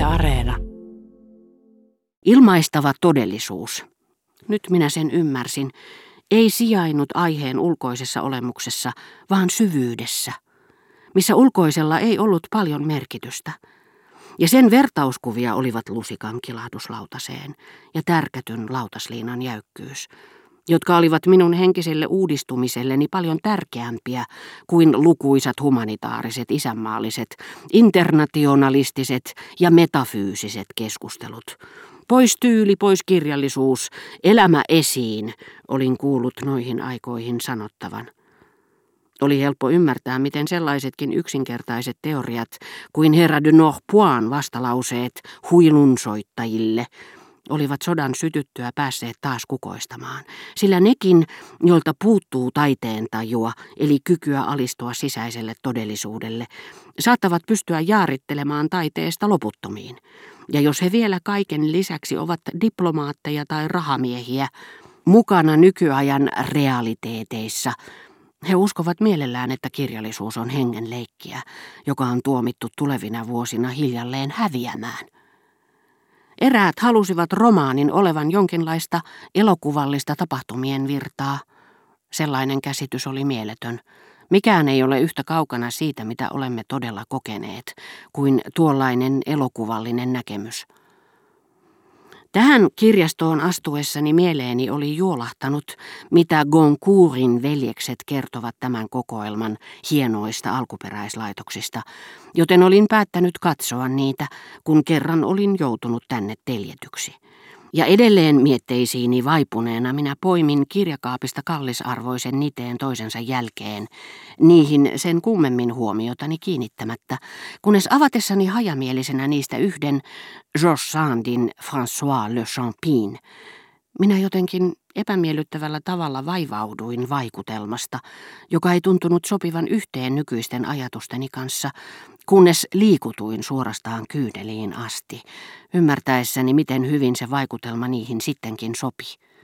Areena. Ilmaistava todellisuus. Nyt minä sen ymmärsin. Ei sijainnut aiheen ulkoisessa olemuksessa, vaan syvyydessä, missä ulkoisella ei ollut paljon merkitystä. Ja sen vertauskuvia olivat lusikan kilahduslautaseen ja tärkätyn lautasliinan jäykkyys, jotka olivat minun henkiselle uudistumiselleni paljon tärkeämpiä kuin lukuisat humanitaariset, isänmaalliset, internationalistiset ja metafyysiset keskustelut. Pois tyyli, pois kirjallisuus, elämä esiin, olin kuullut noihin aikoihin sanottavan. Oli helppo ymmärtää, miten sellaisetkin yksinkertaiset teoriat kuin herra de Norpoin vastalauseet huilunsoittajille olivat sodan sytyttyä päässeet taas kukoistamaan, sillä nekin, joilta puuttuu taiteen tajua, eli kykyä alistua sisäiselle todellisuudelle, saattavat pystyä jaarittelemaan taiteesta loputtomiin. Ja jos he vielä kaiken lisäksi ovat diplomaatteja tai rahamiehiä mukana nykyajan realiteeteissa, he uskovat mielellään, että kirjallisuus on hengenleikkiä, joka on tuomittu tulevina vuosina hiljalleen häviämään. Eräät halusivat romaanin olevan jonkinlaista elokuvallista tapahtumien virtaa. Sellainen käsitys oli mieletön. Mikään ei ole yhtä kaukana siitä, mitä olemme todella kokeneet, kuin tuollainen elokuvallinen näkemys. Tähän kirjastoon astuessani mieleeni oli juolahtanut, mitä Goncourtin veljekset kertovat tämän kokoelman hienoista alkuperäislaitoksista, joten olin päättänyt katsoa niitä, kun kerran olin joutunut tänne teljetyksi. Ja edelleen mietteisiini vaipuneena minä poimin kirjakaapista kallisarvoisen niteen toisensa jälkeen, niihin sen kummemmin huomiotani kiinnittämättä, kunnes avatessani hajamielisenä niistä yhden George Sandin François Le Champin, minä jotenkin epämiellyttävällä tavalla vaivauduin vaikutelmasta, joka ei tuntunut sopivan yhteen nykyisten ajatusteni kanssa, kunnes liikutuin suorastaan kyyneliin asti, ymmärtäessäni, miten hyvin se vaikutelma niihin sittenkin sopi.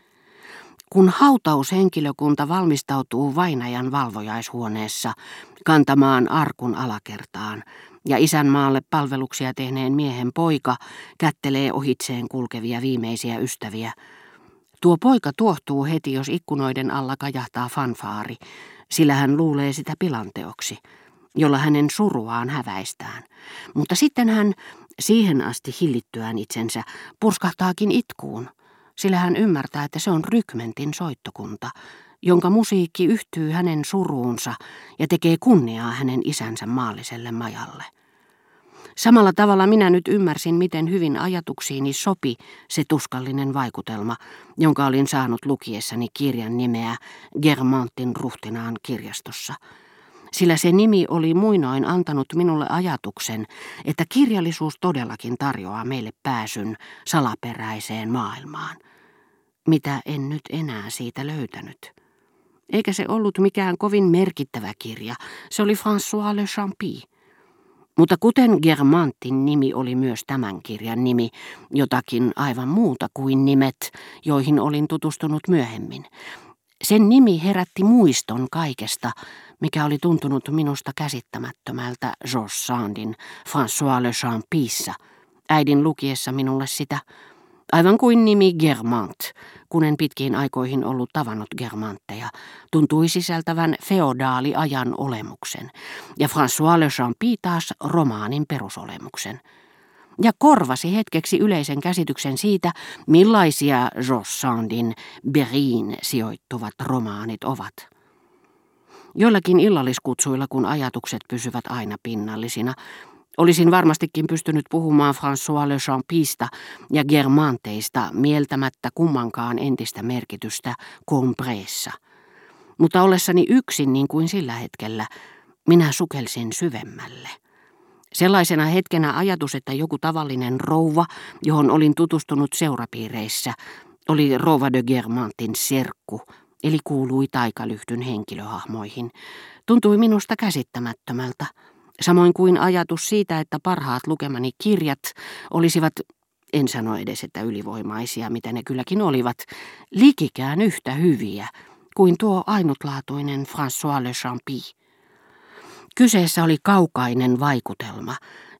Kun hautaushenkilökunta valmistautuu vainajan valvojaishuoneessa kantamaan arkun alakertaan, ja isänmaalle palveluksia tehneen miehen poika kättelee ohitseen kulkevia viimeisiä ystäviä, tuo poika tuohtuu heti, jos ikkunoiden alla kajahtaa fanfaari, sillä hän luulee sitä pilanteoksi, jolla hänen suruaan häväistään. Mutta sitten hän, siihen asti hillittyään itsensä, purskahtaakin itkuun, sillä hän ymmärtää, että se on rykmentin soittokunta, jonka musiikki yhtyy hänen suruunsa ja tekee kunniaa hänen isänsä maalliselle majalle. Samalla tavalla minä nyt ymmärsin, miten hyvin ajatuksiini sopi se tuskallinen vaikutelma, jonka olin saanut lukiessani kirjan nimeä Guermantin ruhtinaan kirjastossa. Sillä se nimi oli muinoin antanut minulle ajatuksen, että kirjallisuus todellakin tarjoaa meille pääsyn salaperäiseen maailmaan. Mitä en nyt enää siitä löytänyt. Eikä se ollut mikään kovin merkittävä kirja, se oli François Le Champin. Mutta kuten Guermantin nimi oli myös tämän kirjan nimi, jotakin aivan muuta kuin nimet, joihin olin tutustunut myöhemmin. Sen nimi herätti muiston kaikesta, mikä oli tuntunut minusta käsittämättömältä George Sandin François Le Champissa, äidin lukiessa minulle sitä, aivan kuin nimi Guermant, kun en pitkiin aikoihin ollut tavannut Guermantteja, tuntui sisältävän feodaaliajan olemuksen, ja François Le Champin taas romaanin perusolemuksen. Ja korvasi hetkeksi yleisen käsityksen siitä, millaisia George Sandin Berriin sijoittuvat romaanit ovat. Joillakin illalliskutsuilla, kun ajatukset pysyvät aina pinnallisina, olisin varmastikin pystynyt puhumaan François Le Champista ja Guermanteista mieltämättä kummankaan entistä merkitystä Combrayssa. Mutta ollessani yksin niin kuin sillä hetkellä, minä sukelsin syvemmälle. Sellaisena hetkenä ajatus, että joku tavallinen rouva, johon olin tutustunut seurapiireissä, oli rouva de Guermantin serkku, eli kuului taikalyhtyn henkilöhahmoihin, tuntui minusta käsittämättömältä. Samoin kuin ajatus siitä, että parhaat lukemani kirjat olisivat, en sano edes että ylivoimaisia, mitä ne kylläkin olivat, likikään yhtä hyviä kuin tuo ainutlaatuinen François Le Champin. Kyseessä oli kaukainen vaikutelma,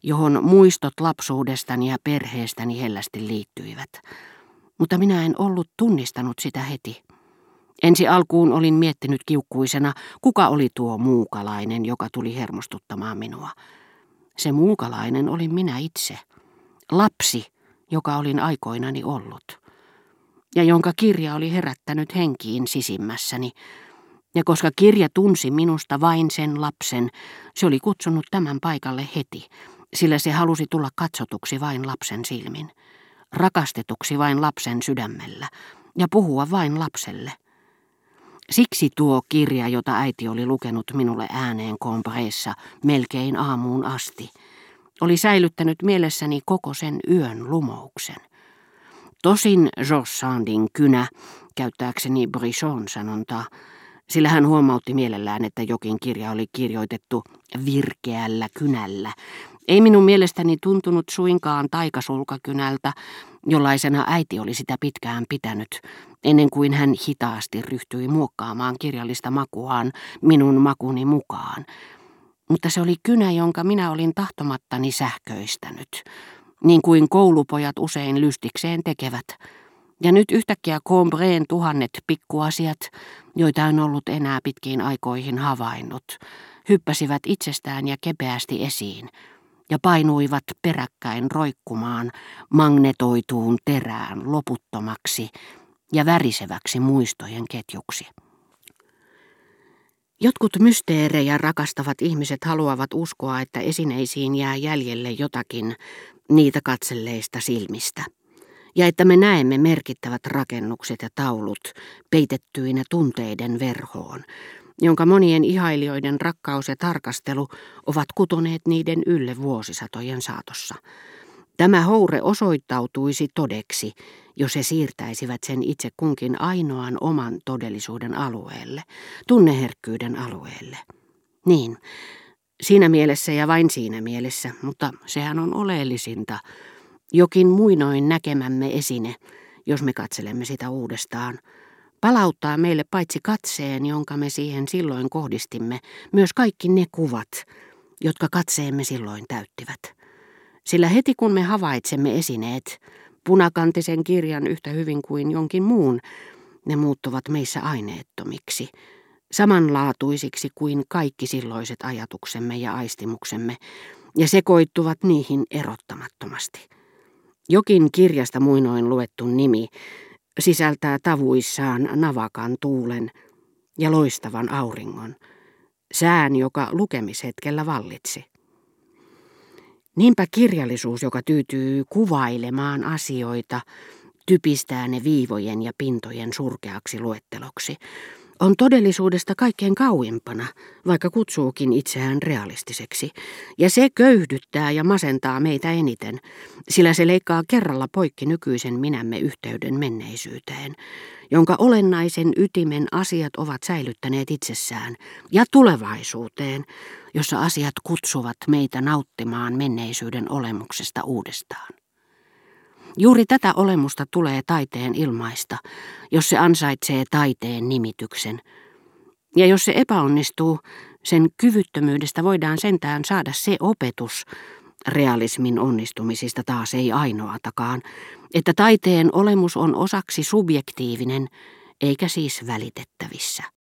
johon muistot lapsuudestani ja perheestäni hellästi liittyivät. Mutta minä en ollut tunnistanut sitä heti. Ensi alkuun olin miettinyt kiukkuisena, kuka oli tuo muukalainen, joka tuli hermostuttamaan minua. Se muukalainen olin minä itse. Lapsi, joka olin aikoinani ollut. Ja jonka kirja oli herättänyt henkiin sisimmässäni. Ja koska kirja tunsi minusta vain sen lapsen, se oli kutsunut tämän paikalle heti, sillä se halusi tulla katsotuksi vain lapsen silmin, rakastetuksi vain lapsen sydämellä ja puhua vain lapselle. Siksi tuo kirja, jota äiti oli lukenut minulle ääneen Combrayssa melkein aamuun asti, oli säilyttänyt mielessäni koko sen yön lumouksen. Tosin George Sandin kynä, käyttääkseni Brichon sanontaa, sillä hän huomautti mielellään, että jokin kirja oli kirjoitettu virkeällä kynällä. Ei minun mielestäni tuntunut suinkaan taikasulkakynältä, jollaisena äiti oli sitä pitkään pitänyt, ennen kuin hän hitaasti ryhtyi muokkaamaan kirjallista makuaan minun makuni mukaan. Mutta se oli kynä, jonka minä olin tahtomattani sähköistänyt, niin kuin koulupojat usein lystikseen tekevät. Ja nyt yhtäkkiä Combrayn tuhannet pikkuasiat, joita en ollut enää pitkiin aikoihin havainnut, hyppäsivät itsestään ja kepeästi esiin ja painuivat peräkkäin roikkumaan magnetoituun terään loputtomaksi ja väriseväksi muistojen ketjuksi. Jotkut mysteerejä rakastavat ihmiset haluavat uskoa, että esineisiin jää jäljelle jotakin niitä katselleista silmistä, ja että me näemme merkittävät rakennukset ja taulut peitettyinä tunteiden verhoon, jonka monien ihailijoiden rakkaus ja tarkastelu ovat kutoneet niiden ylle vuosisatojen saatossa. Tämä houre osoittautuisi todeksi, jos he siirtäisivät sen itse kunkin ainoan oman todellisuuden alueelle, tunneherkkyyden alueelle. Niin, siinä mielessä ja vain siinä mielessä, mutta sehän on oleellisinta. Jokin muinoin näkemämme esine, jos me katselemme sitä uudestaan, palauttaa meille paitsi katseen, jonka me siihen silloin kohdistimme, myös kaikki ne kuvat, jotka katseemme silloin täyttivät. Sillä heti kun me havaitsemme esineet, punakantisen kirjan yhtä hyvin kuin jonkin muun, ne muuttuvat meissä aineettomiksi, samanlaatuisiksi kuin kaikki silloiset ajatuksemme ja aistimuksemme, ja sekoittuvat niihin erottamattomasti. Jokin kirjasta muinoin luettu nimi sisältää tavuissaan navakan tuulen ja loistavan auringon, sään, joka lukemishetkellä vallitsi. Niinpä kirjallisuus, joka tyytyy kuvailemaan asioita, typistää ne viivojen ja pintojen surkeaksi luetteloksi, on todellisuudesta kaikkein kauimpana, vaikka kutsuukin itseään realistiseksi, ja se köyhdyttää ja masentaa meitä eniten, sillä se leikkaa kerralla poikki nykyisen minämme yhteyden menneisyyteen, jonka olennaisen ytimen asiat ovat säilyttäneet itsessään, ja tulevaisuuteen, jossa asiat kutsuvat meitä nauttimaan menneisyyden olemuksesta uudestaan. Juuri tätä olemusta tulee taiteen ilmaista, jos se ansaitsee taiteen nimityksen. Ja jos se epäonnistuu, sen kyvyttömyydestä voidaan sentään saada se opetus, realismin onnistumisista taas ei ainoatakaan, että taiteen olemus on osaksi subjektiivinen, eikä siis välitettävissä.